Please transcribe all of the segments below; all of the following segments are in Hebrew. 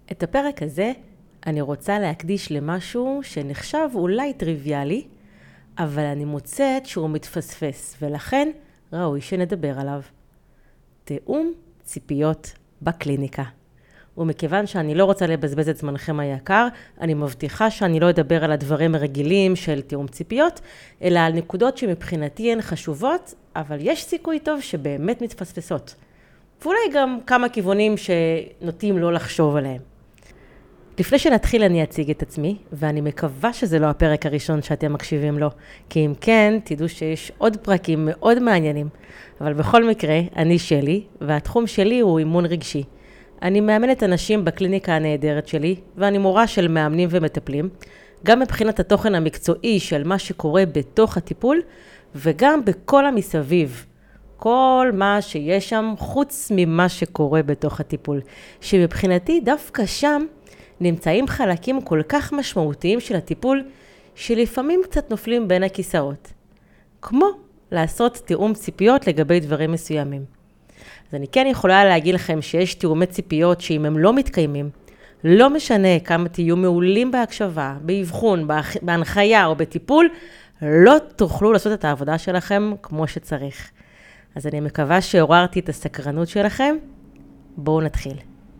את הפרק הזה אני רוצה להקדיש למשהו שנחשב אולי טריוויאלי, אבל אני מוצאת שהוא מתפספס, ולכן ראוי שנדבר עליו. תיאום ציפיות בקליניקה. ומכיוון שאני לא רוצה לבזבז את זמנכם היקר, אני מבטיחה שאני לא אדבר על הדברים הרגילים של תיאום ציפיות, אלא על נקודות שמבחינתי הן חשובות, אבל יש סיכוי טוב שבאמת מתפספסות. ואולי גם כמה כיוונים שנוטים לא לחשוב עליהם. לפני שנתחיל אני אציג את עצמי, ואני מקווה שזה לא הפרק הראשון שאתם מקשיבים לו, כי אם כן, תדעו שיש עוד פרקים מאוד מעניינים. אבל בכל מקרה, אני שלי, והתחום שלי הוא אימון רגשי. אני מאמנת אנשים בקליניקה הנהדרת שלי, ואני מורה של מאמנים ומטפלים, גם מבחינת התוכן המקצועי של מה שקורה בתוך הטיפול, וגם בכל המסביב. כל מה שיש שם חוץ ממה שקורה בתוך הטיפול. שמבחינתי דווקא שם נמצאים חלקים כל כך משמעותיים של הטיפול, שלפעמים קצת נופלים בין הכיסאות. כמו לעשות תיאום ציפיות לגבי דברים מסוימים. אז אני כן יכולה להגיד לכם שיש תיאומי ציפיות שאם הם לא מתקיימים, לא משנה כמה תהיו מעולים בהקשבה, באבחון, בהנחיה או בטיפול, לא תוכלו לעשות את העבודה שלכם כמו שצריך. אז אני מקווה שעוררתי את הסקרנות שלכם. בואו נתחיל.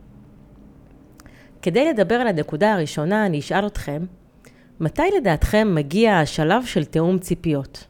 כדי לדבר על הנקודה הראשונה, אני אשאל אתכם, מתי לדעתכם מגיע השלב של תיאום ציפיות?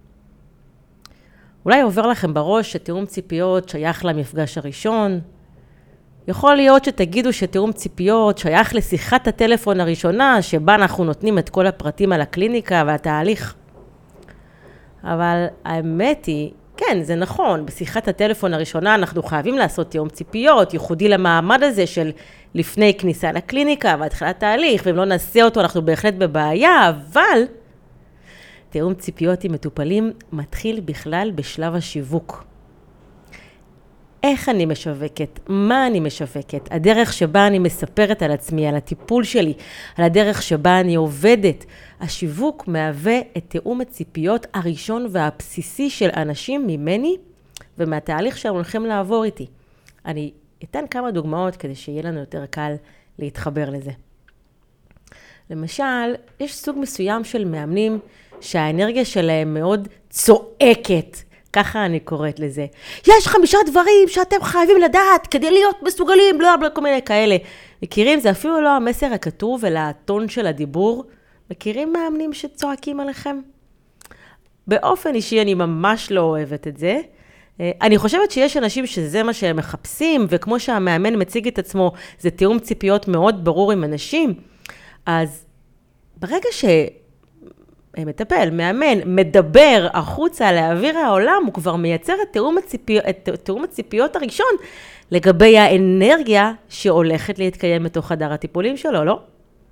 אולי עובר לכם בראש שתיאום ציפיות שייך למפגש הראשון. יכול להיות שתגידו שתיאום ציפיות שייך לשיחת הטלפון הראשונה, שבה אנחנו נותנים את כל הפרטים על הקליניקה והתהליך. אבל האמת היא, כן, זה נכון, בשיחת הטלפון הראשונה אנחנו חייבים לעשות תיאום ציפיות, ייחודי למעמד הזה של לפני כניסה לקליניקה והתחלת תהליך, ואם לא נעשה אותו אנחנו בהחלט בבעיה, אבל תיאום ציפיות עם מטופלים מתחיל בכלל בשלב השיווק. איך אני משווקת? מה אני משווקת? הדרך שבה אני מספרת על עצמי, על הטיפול שלי, על הדרך שבה אני עובדת. השיווק מהווה את תיאום הציפיות הראשון והבסיסי של אנשים ממני ומהתהליך שהם הולכים לעבור איתי. אני אתן כמה דוגמאות כדי שיהיה לנו יותר קל להתחבר לזה. למשל, יש סוג מסוים של מאמנים שהאנרגיה שלהם מאוד צועקת. ככה אני קוראת לזה. יש 5 דברים שאתם חייבים לדעת כדי להיות מסוגלים, לא כל מיני כאלה. מכירים? זה אפילו לא המסר הכתוב, אלא הטון של הדיבור. מכירים מאמנים שצועקים עליכם? באופן אישי אני ממש לא אוהבת את זה. אני חושבת שיש אנשים שזה מה שהם מחפשים, וכמו שהמאמן מציג את עצמו, זה תיאום ציפיות מאוד ברור עם אנשים. אז ברגע מטפל, מאמן, מדבר החוצה לאוויר העולם, הוא כבר מייצר את תיאום הציפיות הראשון לגבי האנרגיה שהולכת להתקיים בתוך חדר הטיפולים שלו, לא?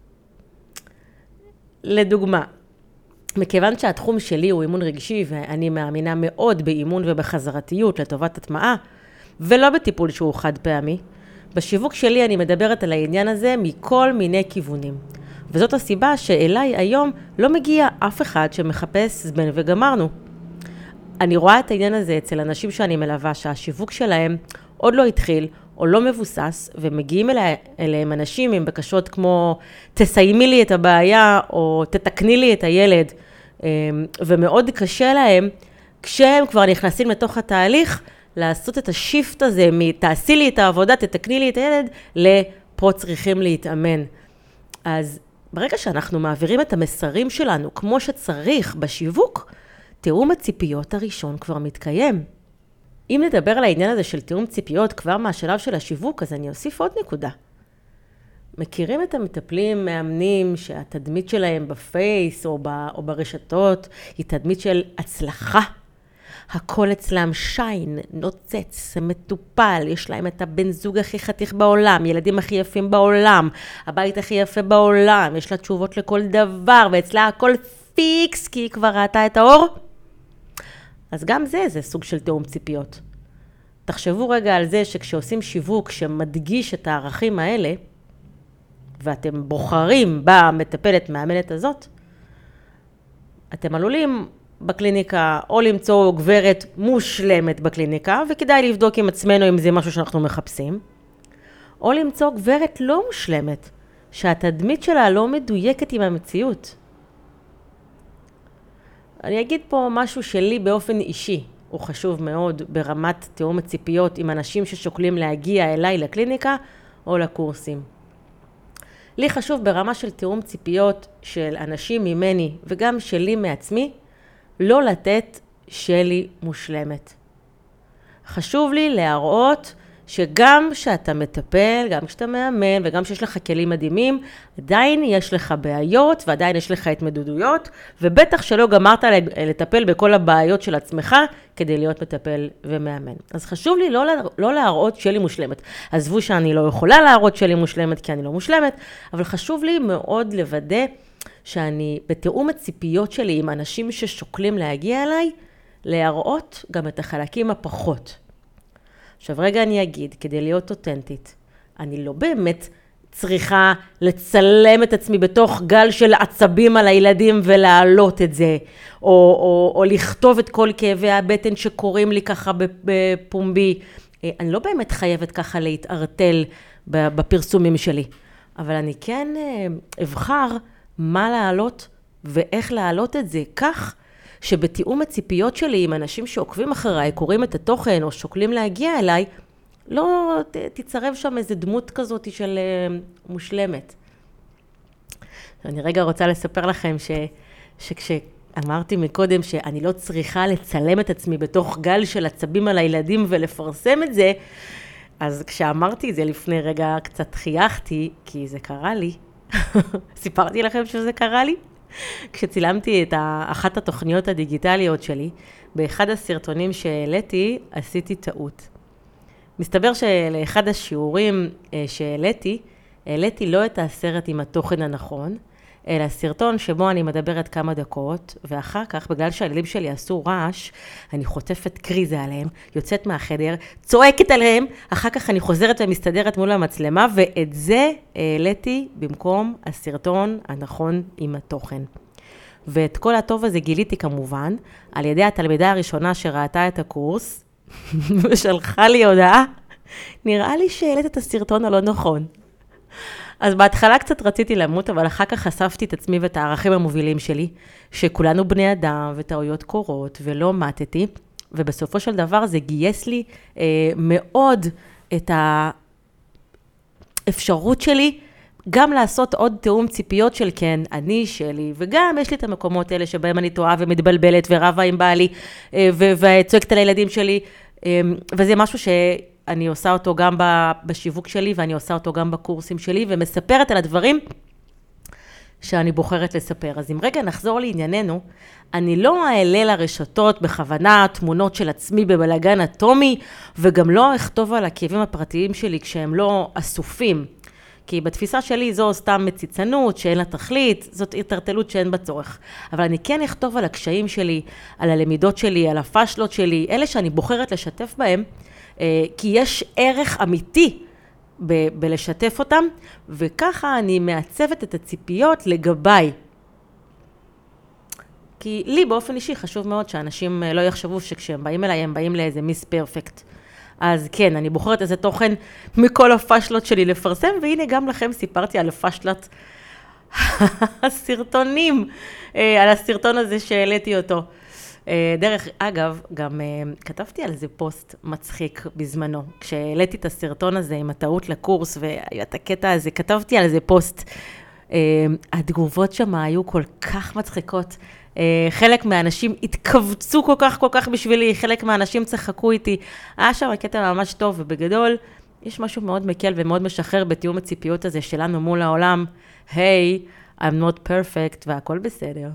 לדוגמה, מכיוון שהתחום שלי הוא אימון רגשי, ואני מאמינה מאוד באימון ובחזרתיות לטובת הטמעה, ולא בטיפול שהוא חד פעמי, בשיווק שלי אני מדברת על העניין הזה מכל מיני כיוונים. וזאת הסיבה שאליי היום לא מגיע אף אחד שמחפש זמן וגמרנו. אני רואה את העניין הזה אצל אנשים שאני מלווה, שהשיווק שלהם עוד לא התחיל או לא מבוסס, ומגיעים אליהם אנשים עם בקשות כמו תסיימי לי את הבעיה או תתקני לי את הילד, ומאוד קשה להם כשהם כבר נכנסים לתוך התהליך לעשות את השיפט הזה מתעשי לי את העבודה, תתקני לי את הילד, לפה צריכים להתאמן. אז ברגע שאנחנו מעבירים את המסרים שלנו כמו שצריך בשיווק, תיאום הציפיות הראשון כבר מתקיים. אם נדבר על העניין הזה של תיאום ציפיות כבר מהשלב של השיווק, אז אני אוסיף עוד נקודה. מכירים את המטפלים, מאמנים, שהתדמית שלהם בפייס או ברשתות היא תדמית של הצלחה. הכל אצלם שיין, נוצץ, מטופל, יש להם את הבן זוג הכי חתיך בעולם, ילדים הכי יפים בעולם, הבית הכי יפה בעולם, יש לה תשובות לכל דבר, ואצלה הכל פיקס, כי היא כבר ראתה את האור. אז גם זה סוג של תיאום ציפיות. תחשבו רגע על זה שכשעושים שיווק שמדגיש את הערכים האלה, ואתם בוחרים במטפלת מאמנת הזאת, אתם עלולים בקליניקה או למצוא גברת מושלמת בקליניקה, וכדאי לבדוק עם עצמנו אם זה משהו שאנחנו מחפשים, או למצוא גברת לא מושלמת, שהתדמית שלה לא מדויקת עם המציאות. אני אגיד פה משהו שלי באופן אישי, הוא חשוב מאוד ברמת תיאום הציפיות עם אנשים ששוקלים להגיע אליי לקליניקה או לקורסים. לי חשוב ברמה של תיאום ציפיות של אנשים ממני וגם שלי מעצמי, לא לתת שלי מושלמת. חשוב לי להראות שגם כשאתה מטפל, גם כשאתה מאמן וגם כשיש לך כלים מדהימים, עדיין יש לך בעיות ועדיין יש לך התמודדויות, ובטח שלא גמרת לטפל בכל הבעיות של עצמך כדי להיות מטפל ומאמן. אז חשוב לי לא להראות שלי מושלמת. עזבו שאני לא יכולה להראות שלי מושלמת כי אני לא מושלמת, אבל חשוב לי מאוד לוודא שאני בתיאום הציפיות שלי עם אנשים ששוקלים להגיע אליי, להראות גם את החלקים הפחות. עכשיו רגע אני אגיד, כדי להיות אותנטית, אני לא באמת צריכה לצלם את עצמי בתוך גל של עצבים על הילדים ולהעלות את זה, או לכתוב את כל כאבי הבטן שקוראים לי ככה בפומבי. אני לא באמת חייבת ככה להתערטל בפרסומים שלי, אבל אני כן אבחר מה להעלות ואיך להעלות את זה כך, שבתיאום הציפיות שלי עם אנשים שעוקבים אחריי, קוראים את התוכן או שוקלים להגיע אליי, לא תצרב שם איזו דמות כזאת של מושלמת. אני רגע רוצה לספר לכם שכשאמרתי מקודם שאני לא צריכה לצלם את עצמי בתוך גל של עצבים על הילדים ולפרסם את זה, אז כשאמרתי את זה לפני רגע קצת חייכתי, כי זה קרה לי. סיפרתי לכם שזה קרה לי? כשצילמתי את אחת התוכניות הדיגיטליות שלי, באחד הסרטונים שהעליתי, עשיתי טעות. מסתבר שלאחד השיעורים העליתי לא את הסרט עם התוכן הנכון, אלא סרטון שבו אני מדברת כמה דקות, ואחר כך, בגלל שהילדים שלי עשו רעש, אני חוטפת קריזה עליהם, יוצאת מהחדר, צועקת עליהם, אחר כך אני חוזרת ומסתדרת מול המצלמה, ואת זה העליתי במקום הסרטון הנכון עם התוכן. ואת כל הטוב הזה גיליתי כמובן, על ידי התלמידה הראשונה שראתה את הקורס, ושלחה לי הודעה, נראה לי שהעלית את הסרטון הלא נכון. אז בהתחלה קצת רציתי למות, אבל אחר כך חשפתי את עצמי ואת הערכים המובילים שלי, שכולנו בני אדם וטעויות קורות ולא מתתי, ובסופו של דבר זה גייס לי מאוד את האפשרות שלי, גם לעשות עוד תיאום ציפיות של כן, אני שלי, וגם יש לי את המקומות האלה שבהם אני טועה ומתבלבלת ורבה עם בעלי, וצועקת על הילדים שלי, וזה משהו אני עושה אותו גם בשיווק שלי, ואני עושה אותו גם בקורסים שלי, ומספרת על הדברים שאני בוחרת לספר. אז אם רגע נחזור לענייננו, אני לא אעלה לרשתות בכוונה תמונות של עצמי בבלגן אטומי, וגם לא אכתוב על הכאבים הפרטיים שלי כשהם לא אסופים. כי בתפיסה שלי זו סתם מציצנות שאין לה תכלית, זאת התערטלות שאין בה צורך. אבל אני כן אכתוב על הקשיים שלי, על הלמידות שלי, על הפשלות שלי, אלה שאני בוחרת לשתף בהם, כי יש ערך אמיתי בלשתף אותם, וככה אני מעצבת את הציפיות לגביי. כי לי באופן אישי חשוב מאוד שאנשים לא יחשבו שכשהם באים אליי, הם באים לאיזה מיס פרפקט. אז כן, אני בוחרת איזה תוכן מכל הפשלות שלי לפרסם, והנה גם לכם סיפרתי על הפשלת הסרטונים, על הסרטון הזה שהעליתי אותו. דרך אגב, גם כתבתי על זה פוסט מצחיק בזמנו. כשהעליתי את הסרטון הזה עם הטעות לקורס ואת הקטע הזה, כתבתי על זה פוסט. התגובות שם היו כל כך מצחיקות. חלק מהאנשים התכווצו כל כך בשבילי, חלק מהאנשים צחקו איתי. היה שם הקטע ממש טוב, ובגדול יש משהו מאוד מקל ומאוד משחרר בתיאום הציפיות הזה שלנו מול העולם. היי, I'm not perfect והכל בסדר.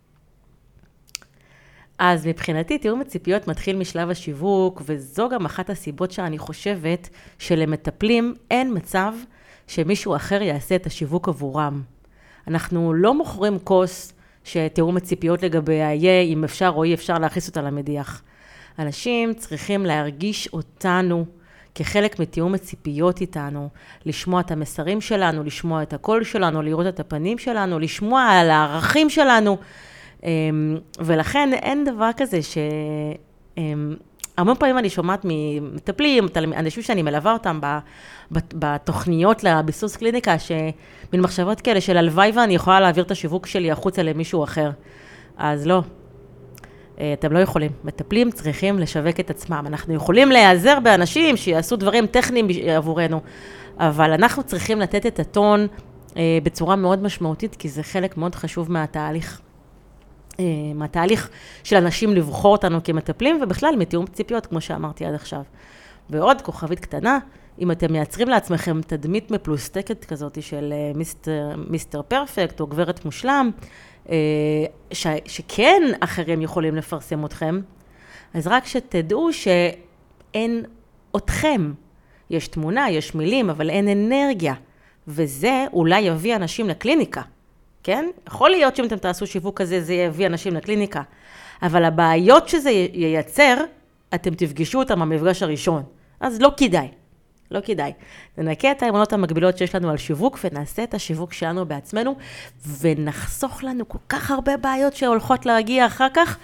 אז מבחינתי תיאום הציפיות מתחיל משלב השיווק, וזו גם אחת הסיבות שאני חושבת שלמטפלים אין מצב שמישהו אחר יעשה את השיווק עבורם. אנחנו לא מוכרים כוס שתיאום הציפיות לגביה יהיה אם אפשר או אי אפשר להכניס אותה למדיח. אנשים צריכים להרגיש אותנו כחלק מתיאום הציפיות איתנו, לשמוע את המסרים שלנו, לשמוע את הקול שלנו, לראות את הפנים שלנו, לשמוע על הערכים שלנו, ולכן אין דבר כזה המון פעמים אני שומעת ממטפלים, אנשים שאני מלווה אותם בתוכניות לביסוס קליניקה, שמין מחשבות כאלה של הלוואי ואני יכולה להעביר את השיווק שלי החוצה למישהו אחר. אז לא, אתם לא יכולים. מטפלים צריכים לשווק את עצמם. אנחנו יכולים להיעזר באנשים שיעשו דברים טכניים עבורנו, אבל אנחנו צריכים לתת את הטון בצורה מאוד משמעותית, כי זה חלק מאוד חשוב מהתהליך של אנשים לבחור אותנו כמטפלים, ובכלל מתיאום ציפיות, כמו שאמרתי עד עכשיו. ועוד כוכבית קטנה, אם אתם מייצרים לעצמכם תדמית מפלוסטקת כזאת של מיסטר פרפקט או גברת מושלם, שכן אחרים יכולים לפרסם אתכם, אז רק שתדעו שאין אתכם. יש תמונה, יש מילים, אבל אין אנרגיה. וזה אולי יביא אנשים לקליניקה. כן? יכול להיות שאם אתם תעשו שיווק כזה, זה יביא אנשים לקליניקה. אבל הבעיות שזה ייצר, אתם תפגשו אותם במפגש הראשון. אז לא כדאי. לא כדאי. ננקה את האמונות המקבילות שיש לנו על שיווק, ונעשה את השיווק שלנו בעצמנו, ונחסוך לנו כל כך הרבה בעיות שהולכות להגיע אחר כך.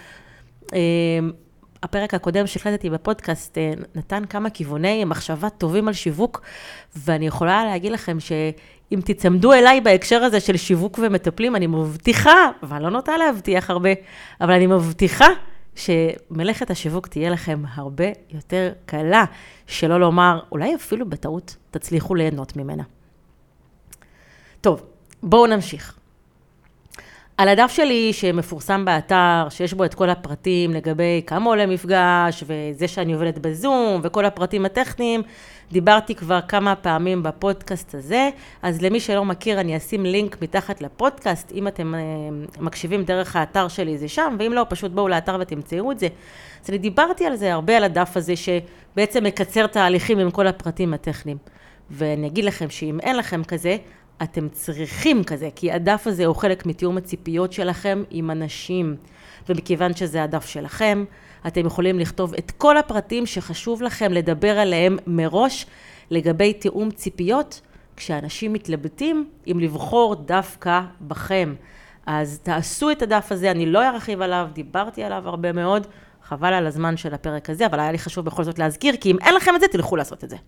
הפרק הקודם שהקלטתי בפודקאסט נתן כמה כיווני מחשבה טובים על שיווק, ואני יכולה להגיד לכם שאם תצמדו אליי בהקשר הזה של שיווק ומטפלים, אני מבטיחה, ואני לא נוטה להבטיח הרבה, אבל אני מבטיחה שמלאכת השיווק תהיה לכם הרבה יותר קלה, שלא לומר, אולי אפילו בטעות תצליחו ליהנות ממנה. טוב, בואו נמשיך. על הדף שלי שמפורסם באתר, שיש בו את כל הפרטים לגבי כמה עולה מפגש, וזה שאני עובדת בזום, וכל הפרטים הטכניים, דיברתי כבר כמה פעמים בפודקאסט הזה, אז למי שלא מכיר אני אשים לינק מתחת לפודקאסט, אם אתם מקשיבים דרך האתר שלי זה שם, ואם לא, פשוט בואו לאתר ותמצאו את זה. אז אני דיברתי על זה הרבה, על הדף הזה שבעצם מקצר תהליכים עם כל הפרטים הטכניים. ואני אגיד לכם שאם אין לכם כזה, אתם צריכים כזה, כי הדף הזה הוא חלק מתיאום הציפיות שלכם עם אנשים, ומכיוון שזה הדף שלכם, אתם יכולים לכתוב את כל הפרטים שחשוב לכם לדבר עליהם מראש, לגבי תיאום ציפיות, כשאנשים מתלבטים אם לבחור דווקא בכם. אז תעשו את הדף הזה, אני לא ארחיב עליו, דיברתי עליו הרבה מאוד, חבל על הזמן של הפרק הזה, אבל היה לי חשוב בכל זאת להזכיר, כי אם אין לכם את זה, תלכו לעשות את זה.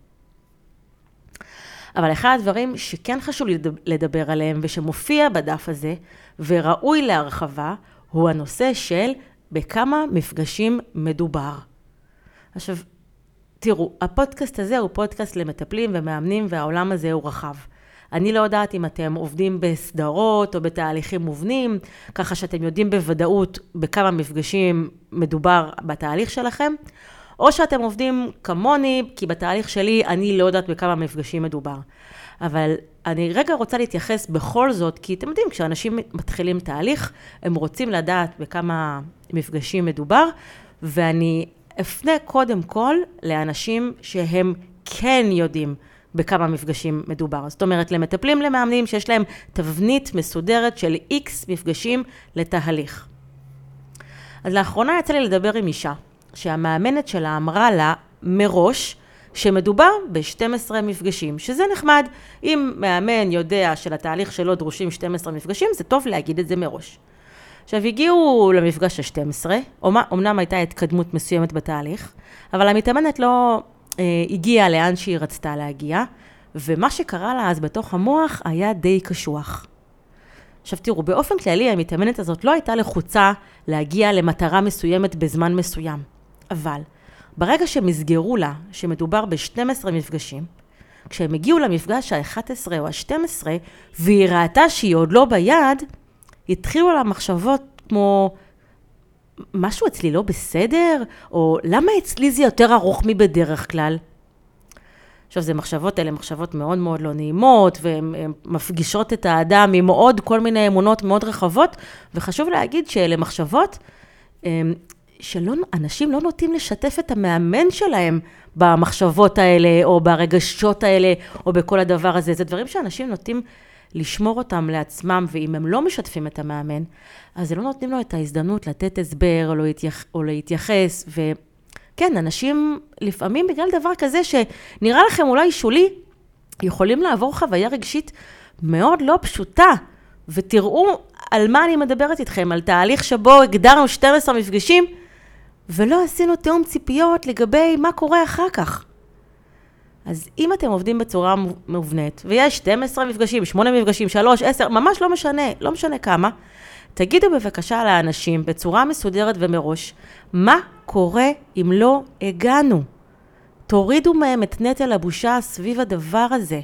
אבל אחד הדברים שכן חשוב לדבר עליהם ושמופיע בדף הזה וראוי להרחבה הוא הנושא של בכמה מפגשים מדובר. עכשיו, תראו, הפודקאסט הזה הוא פודקאסט למטפלים ומאמנים והעולם הזה הוא רחב. אני לא יודעת אם אתם עובדים בסדרות או בתהליכים מובנים, ככה שאתם יודעים בוודאות בכמה מפגשים מדובר בתהליך שלכם, או שאתם עובדים כמוני, כי בתהליך שלי אני לא יודעת בכמה מפגשים מדובר. אבל אני רגע רוצה להתייחס בכל זאת, כי אתם יודעים, כשאנשים מתחילים תהליך, הם רוצים לדעת בכמה מפגשים מדובר, ואני אפנה קודם כל לאנשים שהם כן יודעים בכמה מפגשים מדובר. זאת אומרת, למטפלים למאמנים שיש להם תבנית מסודרת של X מפגשים לתהליך. אז לאחרונה יצא לי לדבר עם אישה, שהמאמנת שלה אמרה לה מראש שמדובר ב-12 מפגשים, שזה נחמד. אם מאמן יודע שלתהליך שלו דרושים 12 מפגשים, זה טוב להגיד את זה מראש. עכשיו, הגיעו למפגש ה-12, אמנם הייתה התקדמות מסוימת בתהליך, אבל המתאמנת לא הגיעה לאן שהיא רצתה להגיע, ומה שקרה לה אז בתוך המוח היה די קשוח. עכשיו תראו, באופן כללי המתאמנת הזאת לא הייתה לחוצה להגיע למטרה מסוימת בזמן מסוים. אבל ברגע שמסגרו לה שמדובר ב-12 מפגשים, כשהם הגיעו למפגש ה-11 או ה-12, והיא ראתה שהיא עוד לא ביד, התחילו לה מחשבות כמו, משהו אצלי לא בסדר? או למה אצלי זה יותר ארוך מבדרך כלל? עכשיו, זה מחשבות, אלה מחשבות מאוד מאוד לא נעימות, והן מפגישות את האדם עם עוד כל מיני אמונות מאוד רחבות, וחשוב להגיד שאלה מחשבות אנשים לא נוטים לשתף את המאמן שלהם במחשבות האלה, או ברגשות האלה, או בכל הדבר הזה. זה דברים שאנשים נוטים לשמור אותם לעצמם, ואם הם לא משתפים את המאמן, אז לא נותנים לו את ההזדמנות לתת הסבר, או להתייחס, כן, אנשים לפעמים בגלל דבר כזה שנראה לכם אולי שולי, יכולים לעבור חוויה רגשית מאוד לא פשוטה, ותראו על מה אני מדברת איתכם, על תהליך שבו הגדרנו 12 מפגשים, ולא עשינו תיאום ציפיות לגבי מה קורה אחר כך. אז אם אתם עובדים בצורה מובנית, ויש 12 מפגשים, 8 מפגשים, 3, 10, ממש לא משנה כמה, תגידו בבקשה לאנשים בצורה מסודרת ומראש, מה קורה אם לא הגענו? תורידו מהם את נטל הבושה סביב הדבר הזה.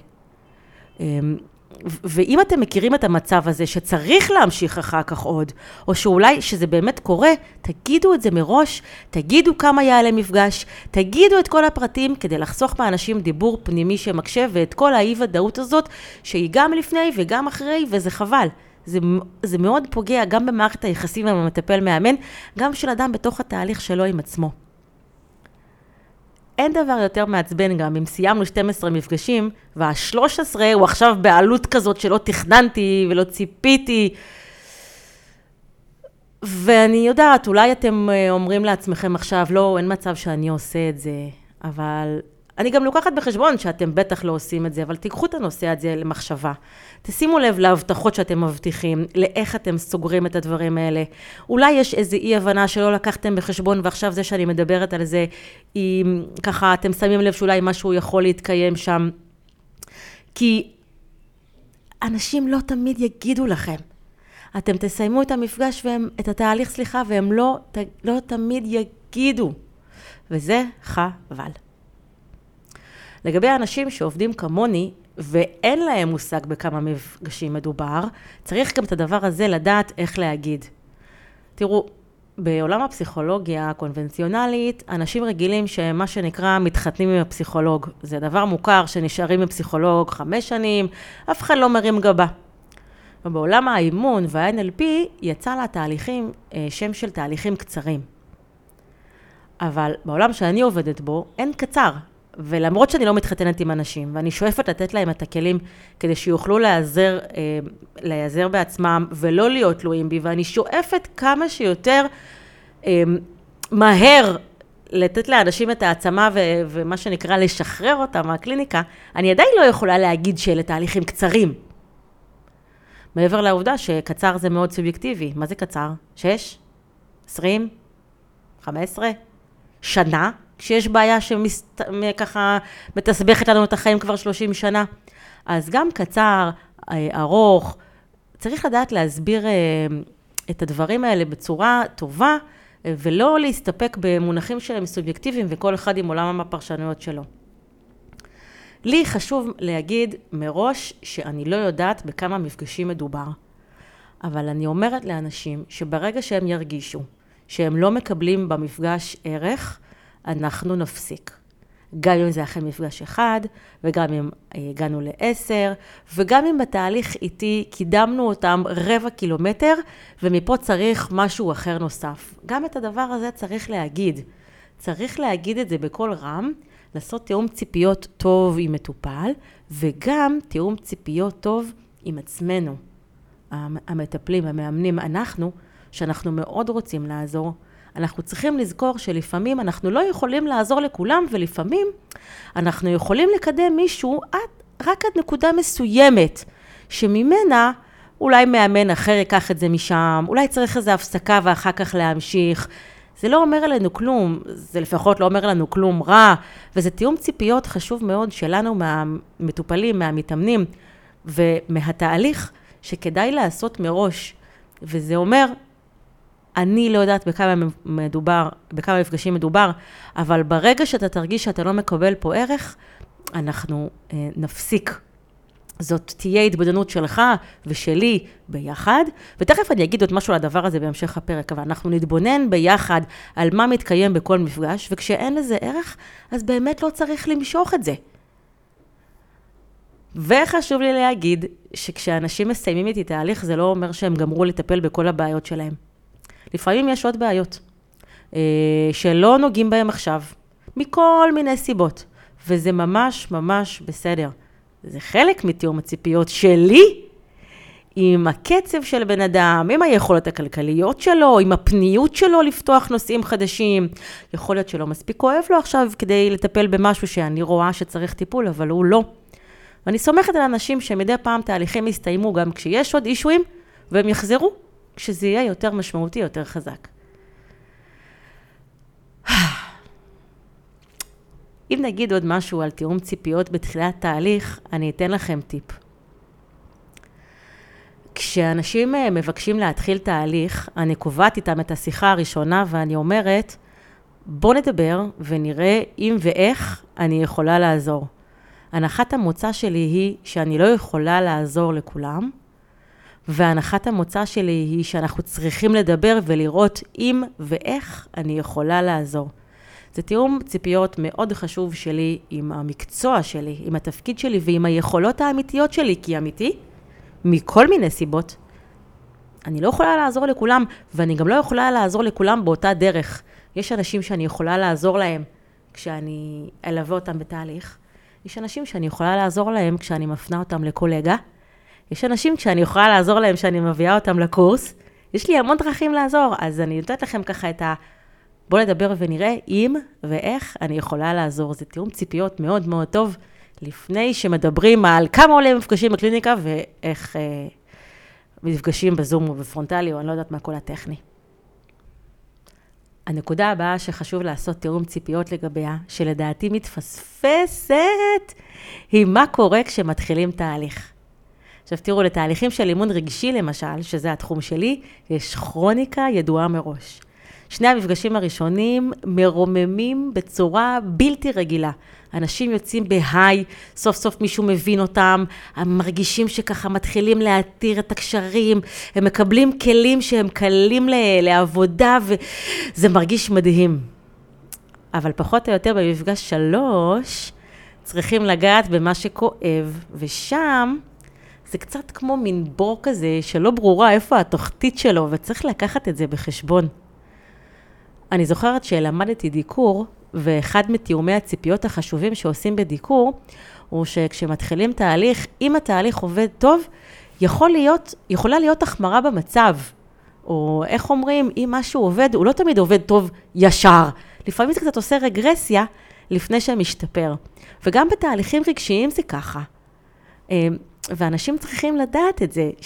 ואם אתם מכירים את המצב הזה שצריך להמשיך אחר כך עוד, או שאולי שזה באמת קורה, תגידו את זה מראש, תגידו כמה יעלה מפגש, תגידו את כל הפרטים כדי לחסוך באנשים דיבור פנימי שמקשב, ואת כל האי-ודאות הזאת שהיא גם לפני וגם אחרי, וזה חבל. זה מאוד פוגע גם במערכת היחסים עם המטפל מאמן, גם של אדם בתוך התהליך שלו עם עצמו. אין דבר יותר מעצבן גם אם סיימנו 12 מפגשים, וה-13 הוא עכשיו בעלות כזאת שלא תכננתי ולא ציפיתי. ואני יודעת, אולי אתם אומרים לעצמכם עכשיו, לא, אין מצב שאני עושה את זה, אבל אני גם לוקחת בחשבון שאתם בטח לא עושים את זה, אבל תיקחו את הנושא הזה למחשבה. תשימו לב להבטחות שאתם מבטיחים, לאיך אתם סוגרים את הדברים האלה. אולי יש איזו אי הבנה שלא לקחתם בחשבון, ועכשיו זה שאני מדברת על זה, אם ככה אתם שמים לב שאולי משהו יכול להתקיים שם. כי אנשים לא תמיד יגידו לכם. אתם תסיימו את המפגש, את התהליך, והם לא תמיד יגידו. וזה חבל. לגבי האנשים שעובדים כמוני, ואין להם מושג בכמה מפגשים מדובר, צריך גם את הדבר הזה לדעת איך להגיד. תראו, בעולם הפסיכולוגיה הקונבנציונלית, אנשים רגילים שמה שנקרא מתחתנים עם הפסיכולוג. זה דבר מוכר שנשארים עם פסיכולוג 5 שנים, אף אחד לא מרים גבה. ובעולם האימון וה-NLP יצא לתהליכים שם של תהליכים קצרים. אבל בעולם שאני עובדת בו, אין קצר. ולמרות שאני לא מתחתנת עם אנשים, ואני שואפת לתת להם את הכלים כדי שיוכלו להיעזר בעצמם ולא להיות תלויים בי, ואני שואפת כמה שיותר מהר לתת לאנשים את העצמה ומה שנקרא לשחרר אותם מהקליניקה, אני עדיין לא יכולה להגיד שאלה תהליכים קצרים. מעבר לעובדה שקצר זה מאוד סובייקטיבי. מה זה קצר? 6? 20? 15? שנה? כשיש בעיה שככה מתסבכת לנו את החיים כבר 30 שנה. אז גם קצר, ארוך, צריך לדעת להסביר את הדברים האלה בצורה טובה, ולא להסתפק במונחים שהם סובייקטיביים, וכל אחד עם עולם הפרשנויות שלו. לי חשוב להגיד מראש שאני לא יודעת בכמה מפגשים מדובר, אבל אני אומרת לאנשים שברגע שהם ירגישו שהם לא מקבלים במפגש ערך, אנחנו נפסיק. גם אם זה אחרי מפגש אחד, וגם אם הגענו ל10, וגם אם בתהליך איתי קידמנו אותם 0.25 קילומטר, ומפה צריך משהו אחר נוסף. גם את הדבר הזה צריך להגיד. צריך להגיד את זה בכל רם, לעשות תיאום ציפיות טוב עם מטופל, וגם תיאום ציפיות טוב עם עצמנו. המטפלים, המאמנים, שאנחנו מאוד רוצים לעזור, אנחנו צריכים לזכור שלפעמים אנחנו לא יכולים לעזור לכולם, ולפעמים אנחנו יכולים לקדם מישהו רק עד נקודה מסוימת, שממנה אולי מאמן אחר ייקח את זה משם, אולי צריך איזו הפסקה ואחר כך להמשיך. זה לא אומר לנו כלום, זה לפחות לא אומר לנו כלום רע, וזה תיאום ציפיות חשוב מאוד שלנו מהמטופלים, מהמתאמנים, ומהתהליך שכדאי לעשות מראש. וזה אומר, אני לא יודעת בכמה מפגשים מדובר, אבל ברגע שאתה תרגיש שאתה לא מקבל פה ערך, אנחנו נפסיק. זאת תהיה התבוננות שלך ושלי ביחד, ותכף אני אגיד עוד משהו על הדבר הזה בהמשך הפרק, אבל אנחנו נתבונן ביחד על מה מתקיים בכל מפגש, וכשאין לזה ערך, אז באמת לא צריך למשוך את זה. וחשוב לי להגיד שכשאנשים מסיימים איתי תהליך, זה לא אומר שהם גמרו לטפל בכל הבעיות שלהם. לפעמים יש עוד בעיות שלא נוגעים בהם עכשיו, מכל מיני סיבות, וזה ממש ממש בסדר. זה חלק מתיאום הציפיות שלי, עם הקצב של בן אדם, עם היכולות הכלכליות שלו, עם הפניות שלו לפתוח נושאים חדשים. יכול להיות שלא מספיק כואב לו עכשיו כדי לטפל במשהו שאני רואה שצריך טיפול, אבל הוא לא. ואני סומכת על אנשים שמדי פעם תהליכים יסתיימו גם כשיש עוד אישויים, והם יחזרו כשזה יהיה יותר משמעותי, יותר חזק. אם נגיד עוד משהו על תיאום ציפיות בתחילת תהליך, אני אתן לכם טיפ. כשאנשים מבקשים להתחיל תהליך, אני קובעת איתם את השיחה הראשונה ואני אומרת, בוא נדבר ונראה אם ואיך אני יכולה לעזור. הנחת המוצא שלי היא שאני לא יכולה לעזור לכולם, והנחת המוצא שלי היא שאנחנו צריכים לדבר ולראות אם ואיך אני יכולה לעזור. זה תיאום ציפיות מאוד חשוב שלי עם המקצוע שלי, עם התפקיד שלי ועם היכולות האמיתיות שלי, כי אמיתי, מכל מיני סיבות, אני לא יכולה לעזור לכולם, ואני גם לא יכולה לעזור לכולם באותה דרך. יש אנשים שאני יכולה לעזור להם כשאני אלווה אותם בתהליך. יש אנשים שאני יכולה לעזור להם כשאני מפנה אותם לקולגה. יש אנשים כשאני יכולה לעזור להם כשאני מביאה אותם לקורס. יש לי המון דרכים לעזור, אז אני נותנת לכם ככה את בוא נדבר ונראה אם ואיך אני יכולה לעזור. זה תיאום ציפיות מאוד מאוד טוב, לפני שמדברים על כמה עולה מפגשים בקליניקה ואיך מפגשים בזום או בפרונטלי, או אני לא יודעת מה כל הטכני. הנקודה הבאה שחשוב לעשות תיאום ציפיות לגביה, שלדעתי מתפספסת, היא מה קורה כשמתחילים תהליך. עכשיו תראו, לתהליכים של אימון רגשי למשל, שזה התחום שלי, יש כרוניקה ידועה מראש. שני המפגשים הראשונים מרוממים בצורה בלתי רגילה. אנשים יוצאים בהיי, סוף סוף מישהו מבין אותם, הם מרגישים שככה מתחילים להתיר את הקשרים, הם מקבלים כלים שהם קלים לעבודה, וזה מרגיש מדהים. אבל פחות או יותר במפגש 3, צריכים לגעת במה שכואב, ושם זה קצת כמו מין בור כזה, שלא ברורה איפה התחתית שלו, וצריך לקחת את זה בחשבון. אני זוכרת שלמדתי דיקור, ואחד מתיאומי הציפיות החשובים שעושים הוא שכשמתחילים תהליך, אם התהליך עובד טוב, יכולה להיות החמרה במצב. או איך אומרים, אם משהו עובד, הוא לא תמיד עובד טוב ישר. לפעמים זה קצת עושה רגרסיה לפני שמשתפר. וגם בתהליכים רגשיים זה ככה. ואנשים צריכים לדעת את זה,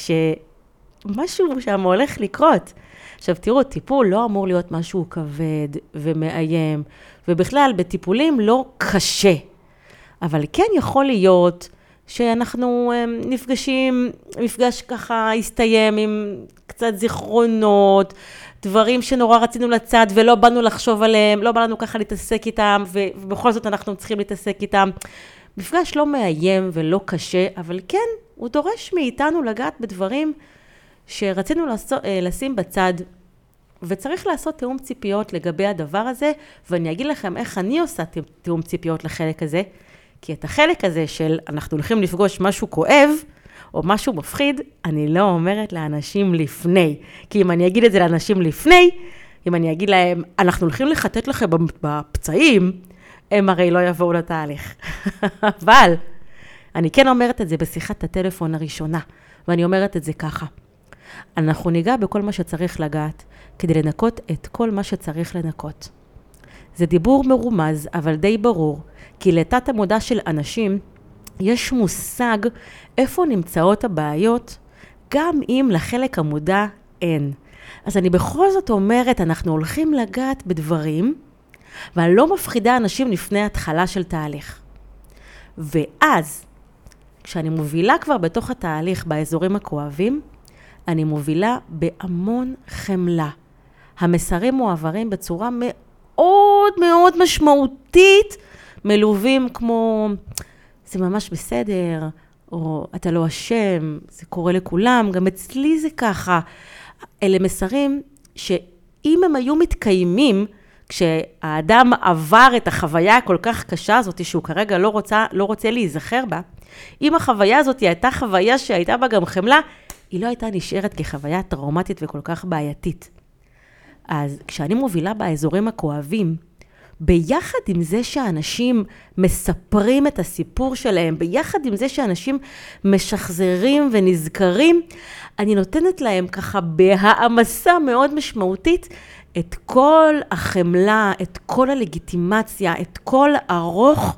שמשהו שם הולך לקרות. עכשיו תראו, טיפול לא אמור להיות משהו כבד ומאיים, ובכלל בטיפולים לא קשה. אבל כן יכול להיות שאנחנו נפגשים, מפגש ככה הסתיים עם קצת זיכרונות, דברים שנורא רצינו לצד ולא באנו לחשוב עליהם, לא באנו ככה להתעסק איתם, ובכל זאת אנחנו צריכים להתעסק איתם. מפגש לא מאיים ולא קשה, אבל כן, הוא דורש מאיתנו לגעת בדברים שרצינו לשים בצד, וצריך לעשות תיאום ציפיות לגבי הדבר הזה, ואני אגיד לכם איך אני עושה תיאום ציפיות לחלק הזה, כי את החלק הזה של אנחנו הולכים לפגוש משהו כואב, או משהו מפחיד, אני לא אומרת לאנשים לפני. כי אם אני אגיד את זה לאנשים לפני, אם אני אגיד להם, אנחנו הולכים לחטט לכם בפצעים, הם הרי לא יבואו לתהליך. אבל אני כן אומרת את זה בשיחת הטלפון הראשונה, ואני אומרת את זה ככה. אנחנו ניגע בכל מה שצריך לגעת, כדי לנקות את כל מה שצריך לנקות. זה דיבור מרומז, אבל די ברור, כי לתת המודע של אנשים, יש מושג איפה נמצאות הבעיות, גם אם לחלק המודע אין. אז אני בכל זאת אומרת, אנחנו הולכים לגעת בדברים, ואני לא מפחידה אנשים לפני התחלה של תהליך. ואז, כשאני מובילה כבר בתוך התהליך באזורים הכואבים, אני מובילה בהמון חמלה. המסרים מועברים בצורה מאוד מאוד משמעותית, מלווים כמו, זה ממש בסדר, או אתה לא אשם, זה קורה לכולם, גם אצלי זה ככה. אלה מסרים שאם הם היו מתקיימים, כשהאדם עבר את החוויה הכל כך קשה הזאת, שהוא כרגע לא רוצה להיזכר בה, אם החוויה הזאת הייתה חוויה שהייתה בה גם חמלה, היא לא הייתה נשארת כחוויה טראומטית וכל כך בעייתית. אז כשאני מובילה באזורים הכואבים, ביחד עם זה שאנשים מספרים את הסיפור שלהם, ביחד עם זה שאנשים משחזרים ונזכרים, אני נותנת להם ככה בהעמסה מאוד משמעותית את כל החמלה, את כל הלגיטימציה, את כל הרוך,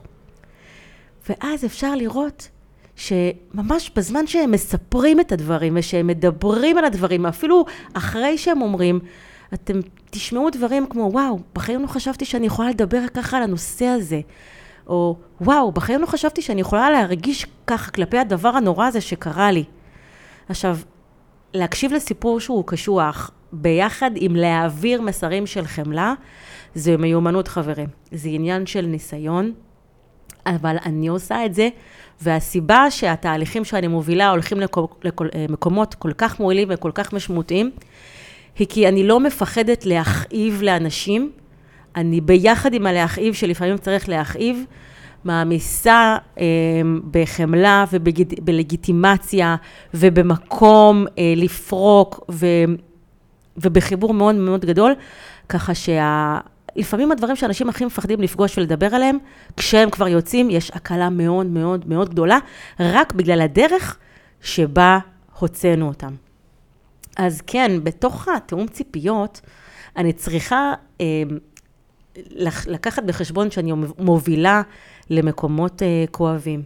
ואז אפשר לראות שממש בזמן שהם מספרים את הדברים ושהם מדברים על הדברים, אפילו אחרי שהם אומרים, אתם תשמעו דברים כמו, וואו, בחיים לא חשבתי שאני יכולה לדבר ככה על הנושא הזה. או וואו, בחיים לא חשבתי שאני יכולה להרגיש ככה כלפי הדבר הנורא הזה שקרה לי. עכשיו, להקשיב לסיפור שהוא קשוח, ביחד עם להעביר מסרים של חמלה, זה מיומנות חברים. זה עניין של ניסיון, אבל אני עושה את זה, והסיבה שהתהליכים שאני מובילה הולכים למקומות כל כך מועילים וכל כך משמעותיים, היא כי אני לא מפחדת להכאיב לאנשים, אני ביחד עם הלהכאיב, שלפעמים צריך להכאיב, מעמיסה בחמלה ובלגיטימציה ובמקום לפרוק ובחיבור מאוד מאוד גדול, ככה לפעמים הדברים שאנשים הכי מפחדים לפגוש ולדבר עליהם, כשהם כבר יוצאים, יש הקלה מאוד מאוד מאוד גדולה, רק בגלל הדרך שבה הוצאנו אותם. אז כן, בתוך התאום ציפיות, אני צריכה לקחת בחשבון שאני מובילה למקומות כואבים.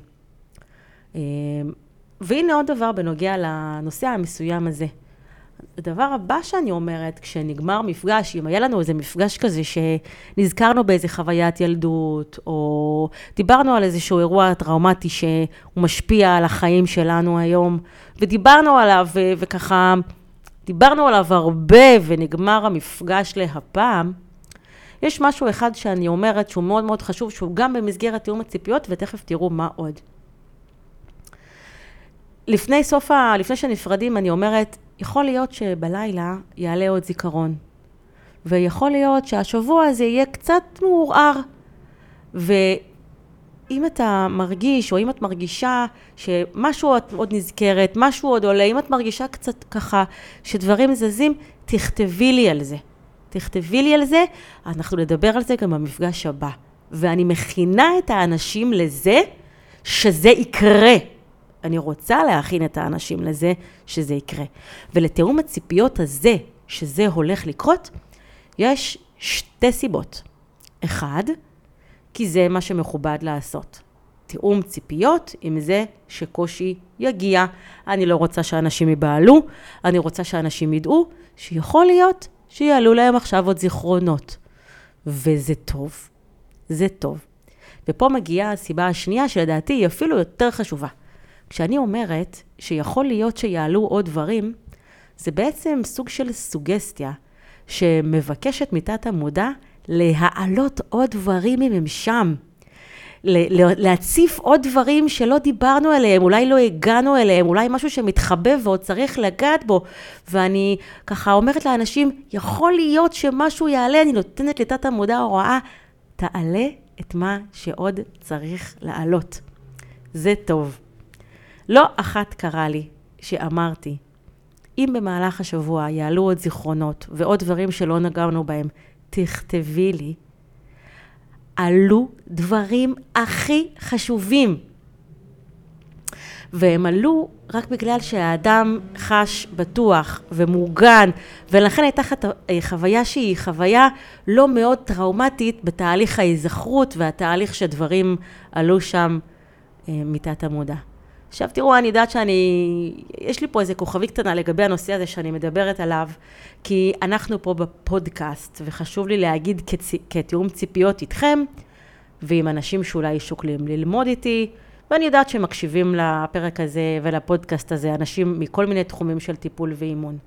והנה עוד דבר בנוגע לנושא המסוים הזה. הדבר הבא שאני אומרת, כשנגמר מפגש, אם היה לנו איזה מפגש כזה שנזכרנו באיזה חוויית ילדות, או דיברנו על איזשהו אירוע טראומטי שהוא משפיע על החיים שלנו היום, ודיברנו עליו וככה, דיברנו עליו הרבה ונגמר המפגש להפעם, יש משהו אחד שאני אומרת שהוא מאוד מאוד חשוב, שהוא גם במסגרת תיאום הציפיות, ותכף תראו מה עוד. לפני שנפרדים אני אומרת, יכול להיות שבלילה יעלה עוד זיכרון, ויכול להיות שהשבוע הזה יהיה קצת מעורער, ואם אתה מרגיש, או אם את מרגישה שמשהו עוד נזכרת, משהו עוד עולה, אם את מרגישה קצת ככה שדברים זזים, תכתבי לי על זה. תכתבי לי על זה, אנחנו נדבר על זה גם במפגש הבא. ואני מכינה את האנשים לזה, שזה יקרה. אני רוצה להכין את האנשים לזה, שזה יקרה. ולתאום הציפיות הזה, שזה הולך לקרות, יש שתי סיבות. אחד, כי זה מה שמכובד לעשות. תאום ציפיות עם זה שקושי יגיע. אני לא רוצה שאנשים ייבהלו, אני רוצה שאנשים ידעו שיכול להיות שיעלו להם עכשיו עוד זיכרונות. וזה טוב. זה טוב. ופה מגיעה הסיבה השנייה שלדעתי היא אפילו יותר חשובה. כשאני אומרת שיכול להיות שיעלו עוד דברים, זה בעצם סוג של סוגסטיה שמבקשת מתת המודע להעלות עוד דברים אם הם שם. להציף עוד דברים שלא דיברנו עליהם, אולי לא הגענו אליהם, אולי משהו שמתחבא ועוד צריך לגעת בו. ואני ככה אומרת לאנשים, יכול להיות שמשהו יעלה, אני נותנת לתת המודע הוראה, תעלה את מה שעוד צריך לעלות. זה טוב. לא אחת קרה לי שאמרתי, אם במהלך השבוע יעלו עוד זיכרונות ועוד דברים שלא נגענו בהם, תכתבי לי, עלו דברים הכי חשובים. והם עלו רק בגלל שהאדם חש בטוח ומוגן, ולכן הייתה חוויה שהיא חוויה לא מאוד טראומטית בתהליך ההיזכרות והתהליך שדברים עלו שם מתת המודע. עכשיו תראו, אני יודעת יש לי פה איזה כוכבי קטנה לגבי הנושא הזה שאני מדברת עליו, כי אנחנו פה בפודקאסט, וחשוב לי להגיד כתיאום ציפיות איתכם, ועם אנשים שאולי שוקלים ללמוד איתי, ואני יודעת שמקשיבים לפרק הזה ולפודקאסט הזה, אנשים מכל מיני תחומים של טיפול ואימון.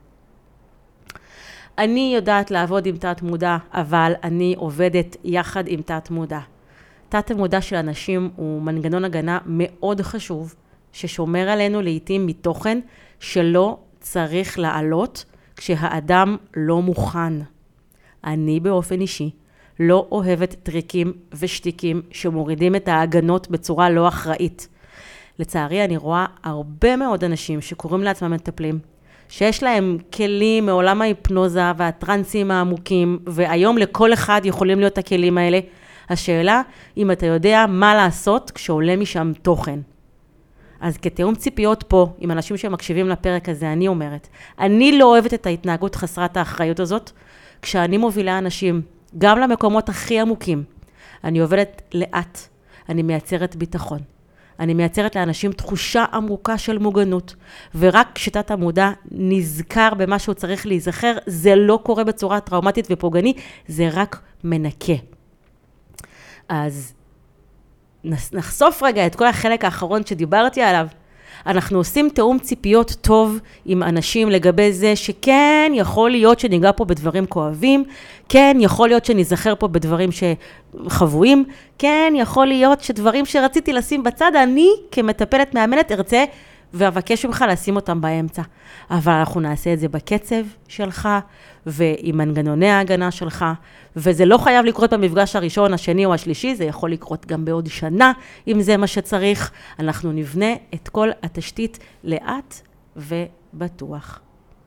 אני יודעת לעבוד עם תת מודע, אבל אני עובדת יחד עם תת מודע. תת המודע של אנשים הוא מנגנון הגנה מאוד חשוב, ששומר עלינו לעתים מתוכן שלא צריך לעלות כשהאדם לא מוכן. אני באופן אישי לא אוהבת טריקים ושתיקים שמורידים את ההגנות בצורה לא אחראית. לצערי אני רואה הרבה מאוד אנשים שקוראים לעצמם מטפלים, שיש להם כלים מעולם ההיפנוזה והטרנסים העמוקים, והיום לכל אחד יכולים להיות הכלים האלה. השאלה, אם אתה יודע מה לעשות כשעולה משם תוכן. אז כתאום ציפיות פה, עם אנשים שמקשיבים לפרק הזה, אני אומרת, אני לא אוהבת את ההתנהגות חסרת האחריות הזאת, כשאני מובילה אנשים, גם למקומות הכי עמוקים. אני עובדת לאט, אני מייצרת ביטחון. אני מייצרת לאנשים תחושה עמוקה של מוגנות, ורק כשתת המודע נזכר במה שהוא צריך להיזכר, זה לא קורה בצורה טראומטית ופוגעני, זה רק מנקה. אז נחשוף רגע את כל החלק האחרון שדיברתי עליו. אנחנו עושים תאום ציפיות טוב עם אנשים לגבי זה שכן יכול להיות שניגע פה בדברים כואבים, כן יכול להיות שנזכר פה בדברים שחבויים, כן יכול להיות שדברים שרציתי לשים בצד, אני כמטפלת מאמנת ארצה ואבקש ממך לשים אותם באמצע. אבל אנחנו נעשה את זה בקצב שלך ועם מנגנוני ההגנה שלך, וזה לא חייב לקרות במפגש הראשון, השני או השלישי, זה יכול לקרות גם בעוד שנה, אם זה מה שצריך. אנחנו נבנה את כל התשתית לאט ובטוח.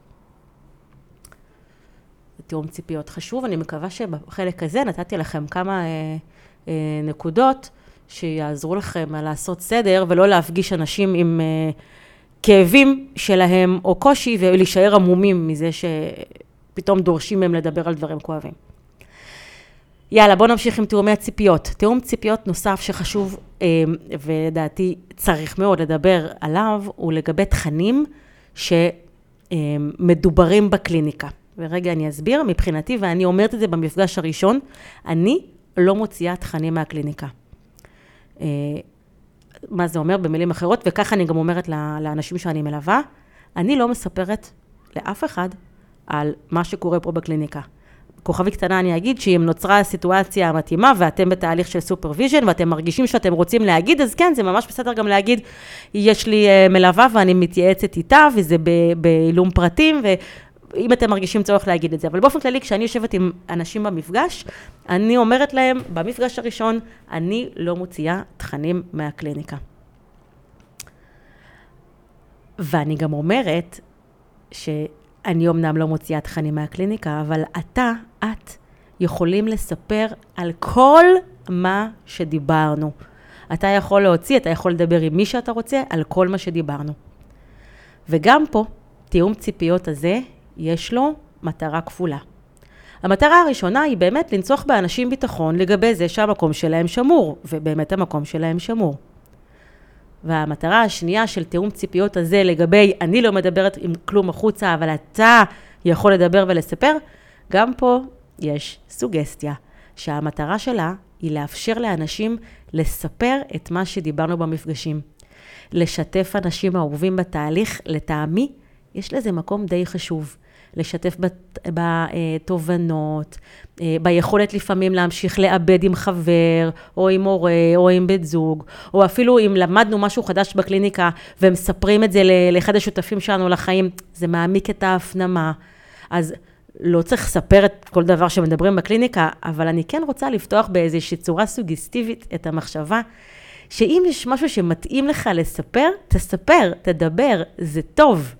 תיאום ציפיות חשוב, אני מקווה שבחלק הזה נתתי לכם כמה נקודות שיעזרו לכם לעשות סדר, ולא להפגיש אנשים עם כאבים שלהם או קושי, ולהישאר עמומים מזה שפתאום דורשים מהם לדבר על דברים כואבים. יאללה, בואו נמשיך עם תיאומי הציפיות. תיאום ציפיות נוסף שחשוב, ולדעתי צריך מאוד לדבר עליו, הוא לגבי תכנים שמדוברים בקליניקה. ורגע אני אסביר, מבחינתי, ואני אומרת את זה במפגש הראשון, אני לא מוציאה תכנים מהקליניקה. מה זה אומר במילים אחרות, וככה אני גם אומרת לאנשים שאני מלווה, אני לא מספרת לאף אחד על מה שקורה פה בקליניקה. כוכבי קטנה אני אגיד שאם נוצרה הסיטואציה המתאימה, ואתם בתהליך של סופרוויז'ן, ואתם מרגישים שאתם רוצים להגיד, אז כן, זה ממש בסדר גם להגיד, יש לי מלווה ואני מתייעצת איתה, וזה בעילום פרטים, ואם אתם מרגישים צורך להגיד את זה. אבל באופן כללי, כשאני יושבת עם אנשים במפגש, אני אומרת להם, במפגש הראשון, אני לא מוציאה תכנים מהקליניקה. ואני גם אומרת שאני אומנם לא מוציאה תכנים מהקליניקה, אבל את יכולים לספר על כל מה שדיברנו. אתה יכול להוציא, אתה יכול לדבר עם מי שאתה רוצה, על כל מה שדיברנו. וגם פה, תיאום ציפיות הזה, יש לו מטרה כפולה. המטרה הראשונה היא באמת לנצוח באנשים ביטחון לגבי זה שהמקום שלהם שמור, ובאמת המקום שלהם שמור. והמטרה השנייה של תיאום ציפיות הזה לגבי אני לא מדברת עם כלום החוצה, אבל אתה יכול לדבר ולספר, גם פה יש סוגסטיה, שהמטרה שלה היא לאפשר לאנשים לספר את מה שדיברנו במפגשים. לשתף אנשים אהובים בתהליך, לטעמי, יש לזה מקום די חשוב. לשתף בתובנות, ביכולת לפעמים להמשיך לאבד עם חבר, או עם הורה, או עם בית זוג, או אפילו אם למדנו משהו חדש בקליניקה, ומספרים את זה לאחד השותפים שלנו לחיים, זה מעמיק את ההפנמה. אז לא צריך לספר את כל דבר שמדברים בקליניקה, אבל אני כן רוצה לפתוח באיזושהי צורה סוגסטיבית את המחשבה, שאם יש משהו שמתאים לך לספר, תספר, תדבר, זה טוב.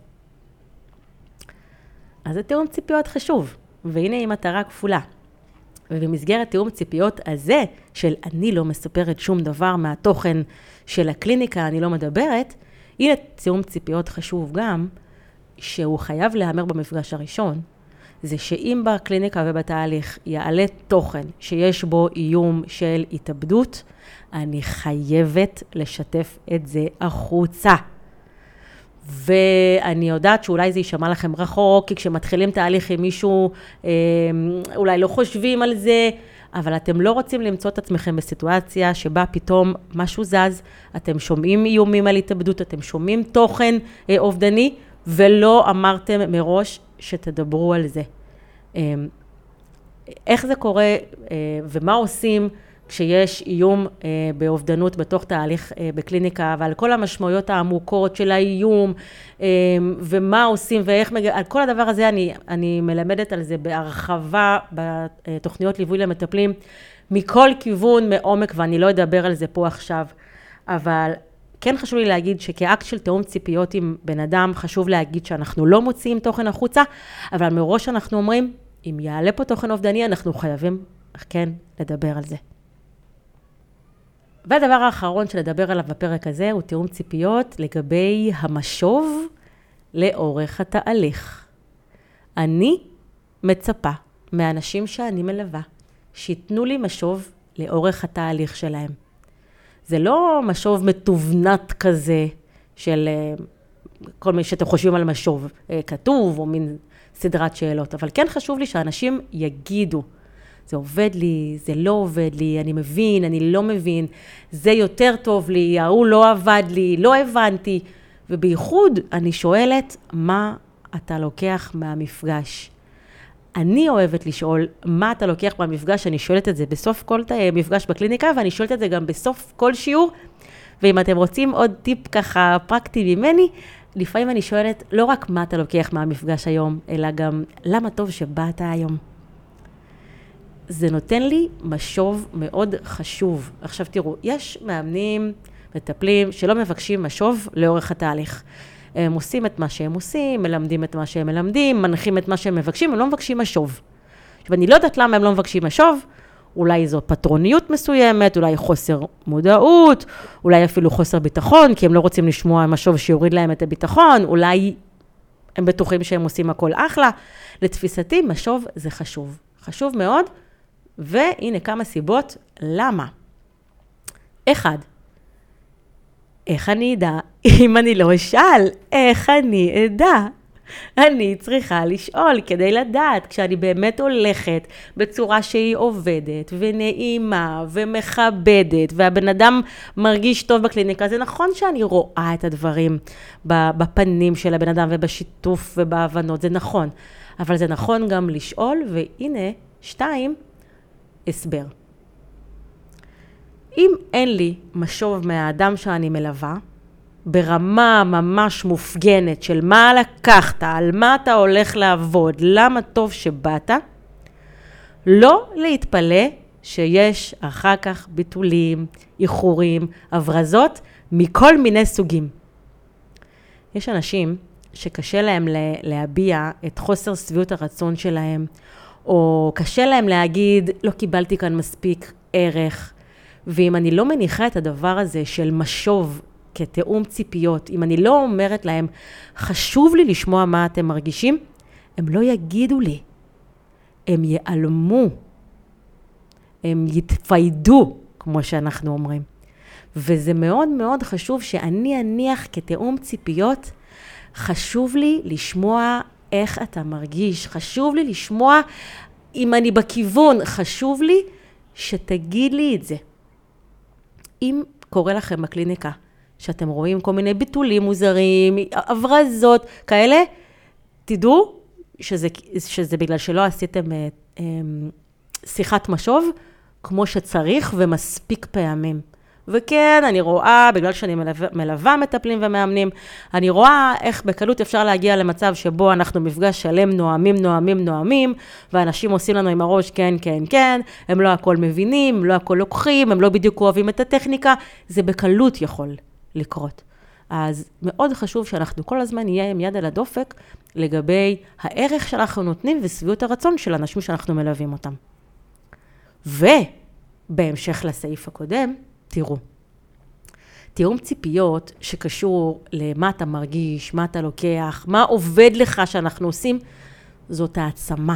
אז זה תיאום ציפיות חשוב, והנה היא מטרה כפולה. ובמסגרת תיאום ציפיות הזה, של אני לא מספרת שום דבר מהתוכן של הקליניקה, אני לא מדברת, הנה תיאום ציפיות חשוב גם, שהוא חייב להיאמר במפגש הראשון, זה שאם בקליניקה ובתהליך יעלה תוכן שיש בו איום של התאבדות, אני חייבת לשתף את זה החוצה. ואני יודעת שאולי זה יישמע לכם רחוק, כי כשמתחילים תהליך עם מישהו, אולי לא חושבים על זה, אבל אתם לא רוצים למצוא את עצמכם בסיטואציה שבה פתאום משהו זז, אתם שומעים איומים על התאבדות, אתם שומעים תוכן אובדני, ולא אמרתם מראש שתדברו על זה. איך זה קורה ומה עושים כשיש איום באובדנות בתוך תהליך בקליניקה, ועל כל המשמעויות העמוקות של האיום, ומה עושים ואיך על כל הדבר הזה אני מלמדת על זה בהרחבה בתוכניות ליווי למטפלים, מכל כיוון מעומק, ואני לא אדבר על זה פה עכשיו, אבל כן חשוב לי להגיד שכאקט של תאום ציפיות עם בן אדם, חשוב להגיד שאנחנו לא מוציאים תוכן החוצה, אבל מראש אנחנו אומרים, אם יעלה פה תוכן אובדני, אנחנו חייבים, כן, לדבר על זה. והדבר האחרון שלדבר עליו בפרק הזה, הוא תיאום ציפיות לגבי המשוב לאורך התהליך. אני מצפה מאנשים שאני מלווה, שיתנו לי משוב לאורך התהליך שלהם. זה לא משוב מתובנת כזה של כל מי שאתם חושבים על משוב כתוב או מין סדרת שאלות, אבל כן חשוב לי שאנשים יגידו. זה עובד לי, זה לא עובד לי, אני מבין, אני לא מבין, זה יותר טוב לי, ההוא לא עבד לי, לא הבנתי. ובייחוד אני שואלת, מה אתה לוקח מהמפגש? אני אוהבת לשאול, מה אתה לוקח מהמפגש? אני שואלת את זה בסוף כל מפגש בקליניקה, ואני שואלת את זה גם בסוף כל שיעור. ואם אתם רוצים עוד טיפ ככה פרקטי ממני, לפעמים אני שואלת, לא רק מה אתה לוקח מהמפגש היום, אלא גם למה טוב שבאת היום. זה נותן לי משוב מאוד חשוב. עכשיו תראו, יש מאמנים, מטפלים, שלא מבקשים משוב לאורך התהליך. הם עושים את מה שהם עושים, מלמדים את מה שהם מלמדים, מנחים את מה שהם מבקשים, הם לא מבקשים משוב. ואני לא יודעת למה הם לא מבקשים משוב, אולי זו פטרוניות מסוימת, אולי חוסר מודעות, אולי אפילו חוסר ביטחון, כי הם לא רוצים לשמוע משוב שיוריד להם את הביטחון, אולי הם בטוחים שהם עושים הכל אחלה. לתפיסתי, משוב זה חשוב. חשוב מאוד, והנה כמה סיבות, למה? אחד, איך אני אדע? אם אני לא אשאל, איך אני אדע? אני צריכה לשאול כדי לדעת, כשאני באמת הולכת בצורה שהיא עובדת ונעימה ומכבדת, והבן אדם מרגיש טוב בקליניקה, זה נכון שאני רואה את הדברים בפנים של הבן אדם ובשיתוף ובהבנות, זה נכון. אבל זה נכון גם לשאול, והנה, 2, הסבר. אם אין לי משוב מהאדם שאני מלווה, ברמה ממש מופגנת של מה לקחת, על מה אתה הולך לעבוד, למה טוב שבאת, לא להתפלא שיש אחר כך ביטולים, איחורים, הברזות, מכל מיני סוגים. יש אנשים שקשה להם להביע את חוסר שביעות הרצון שלהם, או קשה להם להגיד, לא קיבלתי כאן מספיק ערך, ואם אני לא מניחה את הדבר הזה של משוב כתאום ציפיות, אם אני לא אומרת להם, חשוב לי לשמוע מה אתם מרגישים, הם לא יגידו לי, הם ייעלמו, הם יתפיידו, כמו שאנחנו אומרים. וזה מאוד מאוד חשוב שאני אניח כתאום ציפיות, חשוב לי לשמוע איך אתה מרגיש, חשוב לי לשמוע אם אני בכיוון, חשוב לי שתגיד לי את זה. אם קורה לכם בקליניקה, שאתם רואים כל מיני ביטולים מוזרים, הברזות כאלה, תדעו שזה בגלל שלא עשיתם שיחת משוב כמו שצריך ומספיק פעמים. וכן, אני רואה, בגלל שאני מלווה מטפלים ומאמנים, אני רואה איך בקלות אפשר להגיע למצב שבו אנחנו מפגש שלם נועמים, ואנשים עושים לנו עם הראש כן, כן, כן, הם לא הכל מבינים, הם לא הכל לוקחים, הם לא בדיוק אוהבים את הטכניקה, זה בקלות יכול לקרות. אז מאוד חשוב שאנחנו כל הזמן נהיה עם יד על הדופק לגבי הערך שאנחנו נותנים ושביעות הרצון של אנשים שאנחנו מלווים אותם. ובהמשך לסעיף הקודם, תראו, תיאום ציפיות שקשור למה אתה מרגיש, מה אתה לוקח, מה עובד לך שאנחנו עושים, זאת העצמה.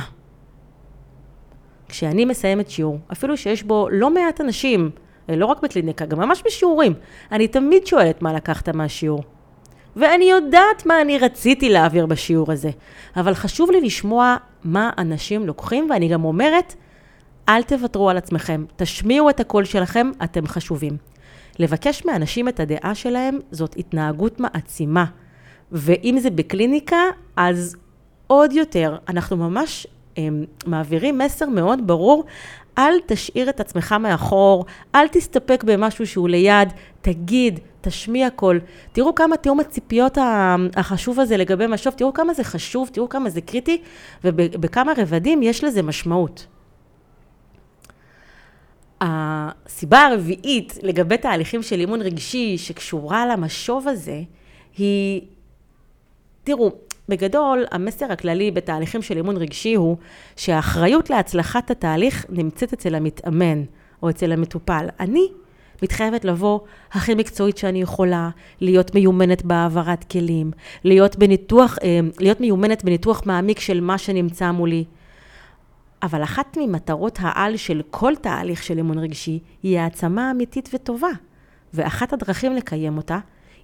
כשאני מסיימת שיעור, אפילו שיש בו לא מעט אנשים, לא רק בקליניקה, גם ממש בשיעורים, אני תמיד שואלת מה לקחת מהשיעור. ואני יודעת מה אני רציתי להעביר בשיעור הזה, אבל חשוב לי לשמוע מה אנשים לוקחים, ואני גם אומרת, אל תוותרו על עצמכם, תשמיעו את הקול שלכם, אתם חשובים. לבקש מאנשים את הדעה שלהם, זאת התנהגות מעצימה. ואם זה בקליניקה, אז עוד יותר, אנחנו ממש מעבירים מסר מאוד ברור, אל תשאיר את עצמך מאחור, אל תסתפק במשהו שהוא ליד, תגיד, תשמיע קול. תראו כמה תיאום הציפיות החשוב הזה לגבי משוב, תראו כמה זה חשוב, תראו כמה זה קריטי, ובכמה רבדים יש לזה משמעות. הסיבה הרביעית לגבי תהליכים של אימון רגשי שקשורה למשוב הזה, היא, תראו, בגדול, המסר הכללי בתהליכים של אימון רגשי הוא שהאחריות להצלחת התהליך נמצאת אצל המתאמן או אצל המטופל. אני מתחייבת לבוא הכי מקצועית שאני יכולה, להיות מיומנת בהעברת כלים, להיות מיומנת בניתוח מעמיק של מה שנמצא מולי. אבל אחת ממטרות העל של כל תהליך של אימון רגשי היא העצמה אמיתית וטובה. ואחת הדרכים לקיים אותה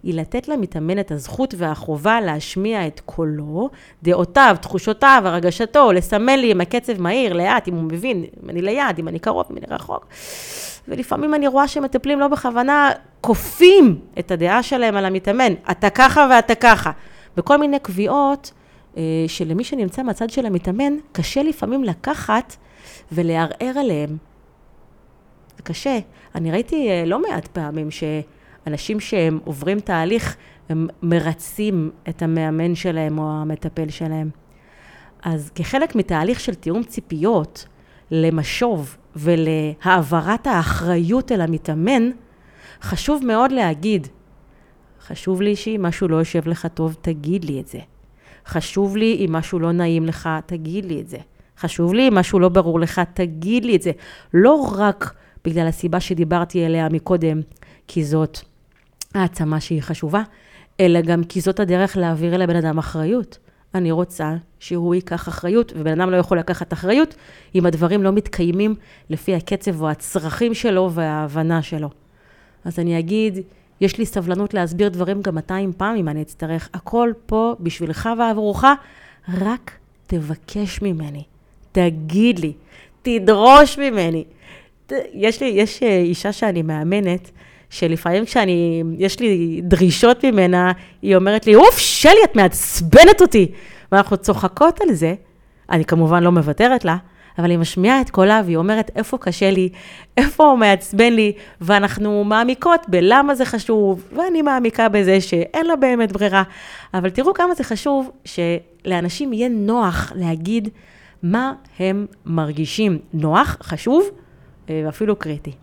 היא לתת למתאמן את הזכות והחובה להשמיע את קולו, דעותיו, תחושותיו, הרגשתו, לסמן לי עם הקצב מהיר, לאט, אם הוא מבין, אם אני ליד, אם אני קרוב, אם אני רחוק. ולפעמים אני רואה שמטפלים לא בכוונה, כופים את הדעה שלהם על המתאמן, אתה ככה ואתה ככה. בכל מיני קביעות שלמי שנמצא מהצד של המתאמן, קשה לפעמים לקחת ולערער עליהם. זה קשה. אני ראיתי לא מעט פעמים שאנשים שהם עוברים תהליך, הם מרצים את המאמן שלהם או המטפל שלהם. אז כחלק מתהליך של תיאום ציפיות, למשוב ולהעברת האחריות אל המתאמן, חשוב מאוד להגיד, חשוב לי שאם משהו לא יושב לך טוב, תגיד לי את זה. חשוב לי אם משהו לא נעים לך, תגיד לי את זה. חשוב לי אם משהו לא ברור לך, תגיד לי את זה. לא רק בגלל הסיבה שדיברתי עליה מקודם, כי זאת העצמה שהיא חשובה, אלא גם כי זאת הדרך להעביר אל הבן אדם אחריות. אני רוצה שהוא ייקח אחריות, ובן אדם לא יכול לקחת אחריות, אם הדברים לא מתקיימים לפי הקצב או הצרכים שלו וההבנה שלו. אז אני אגיד, יש לי סבלנות להסביר דברים גם 200 פעם אם אני אצטרך. הכל פה בשבילך ועבורך, רק תבקש ממני. תגיד לי, תדרוש ממני. יש אישה שאני מאמנת, שלפעמים יש לי דרישות ממנה, היא אומרת לי, אוף, שלי, את מעצבנת אותי. ואנחנו צוחקות על זה, אני כמובן לא מוותרת לה, אבל היא משמיעה את קולה, והיא אומרת, איפה קשה לי, איפה הוא מעצבן לי, ואנחנו מעמיקות בלמה זה חשוב, ואני מעמיקה בזה שאין לה באמת ברירה. אבל תראו כמה זה חשוב, שלאנשים יהיה נוח להגיד מה הם מרגישים. נוח, חשוב, ואפילו קריטי.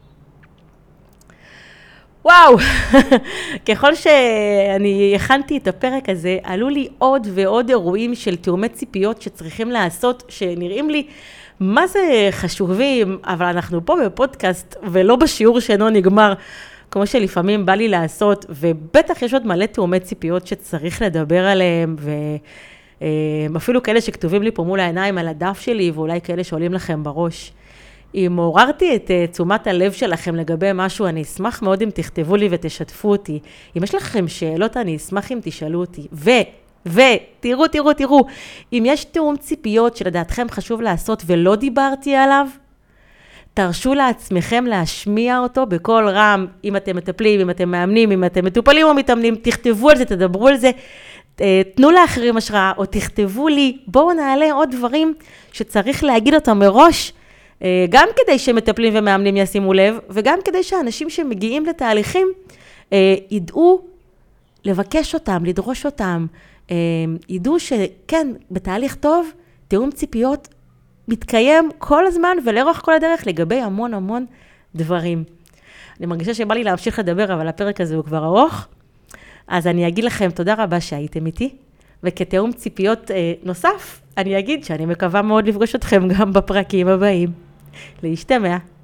וואו, ככל שאני הכנתי את הפרק הזה, עלו לי עוד ועוד אירועים של תאומי ציפיות שצריכים לעשות, שנראים לי מה זה חשובים, אבל אנחנו פה בפודקאסט ולא בשיעור שאינו נגמר, כמו שלפעמים בא לי לעשות, ובטח יש עוד מלא תאומי ציפיות שצריך לדבר עליהם, ואפילו כאלה שכתובים לי פה מול העיניים על הדף שלי, ואולי כאלה שעולים לכם בראש. אם עוררתי את תשומת הלב שלכם לגבי משהו, אני אשמח מאוד אם תכתבו לי ותשתפו אותי. אם יש לכם שאלות, אני אשמח אם תשאלו אותי. תראו, אם יש תאום ציפיות שלדעתכם חשוב לעשות ולא דיברתי עליו, תרשו לעצמכם להשמיע אותו בכל רם, אם אתם מטפלים, אם אתם מאמנים, אם אתם מטופלים או מתאמנים, תכתבו על זה, תדברו על זה, תנו לאחרים השראה, או תכתבו לי, בואו נעלה עוד דברים שצריך להגיד אותם מראש, גם כדי שמטפלים ומאמנים ישימו לב, וגם כדי שאנשים שמגיעים לתהליכים ידעו לבקש אותם, לדרוש אותם, ידעו שכן, בתהליך טוב, תאום ציפיות מתקיים כל הזמן ולאורך כל הדרך לגבי המון דברים. אני מרגישה שבא לי להמשיך לדבר, אבל הפרק הזה הוא כבר ארוך. אז אני אגיד לכם תודה רבה שהייתם איתי, וכתאום ציפיות נוסף, אני אגיד שאני מקווה מאוד לפגוש אתכם גם בפרקים הבאים. להשתמע.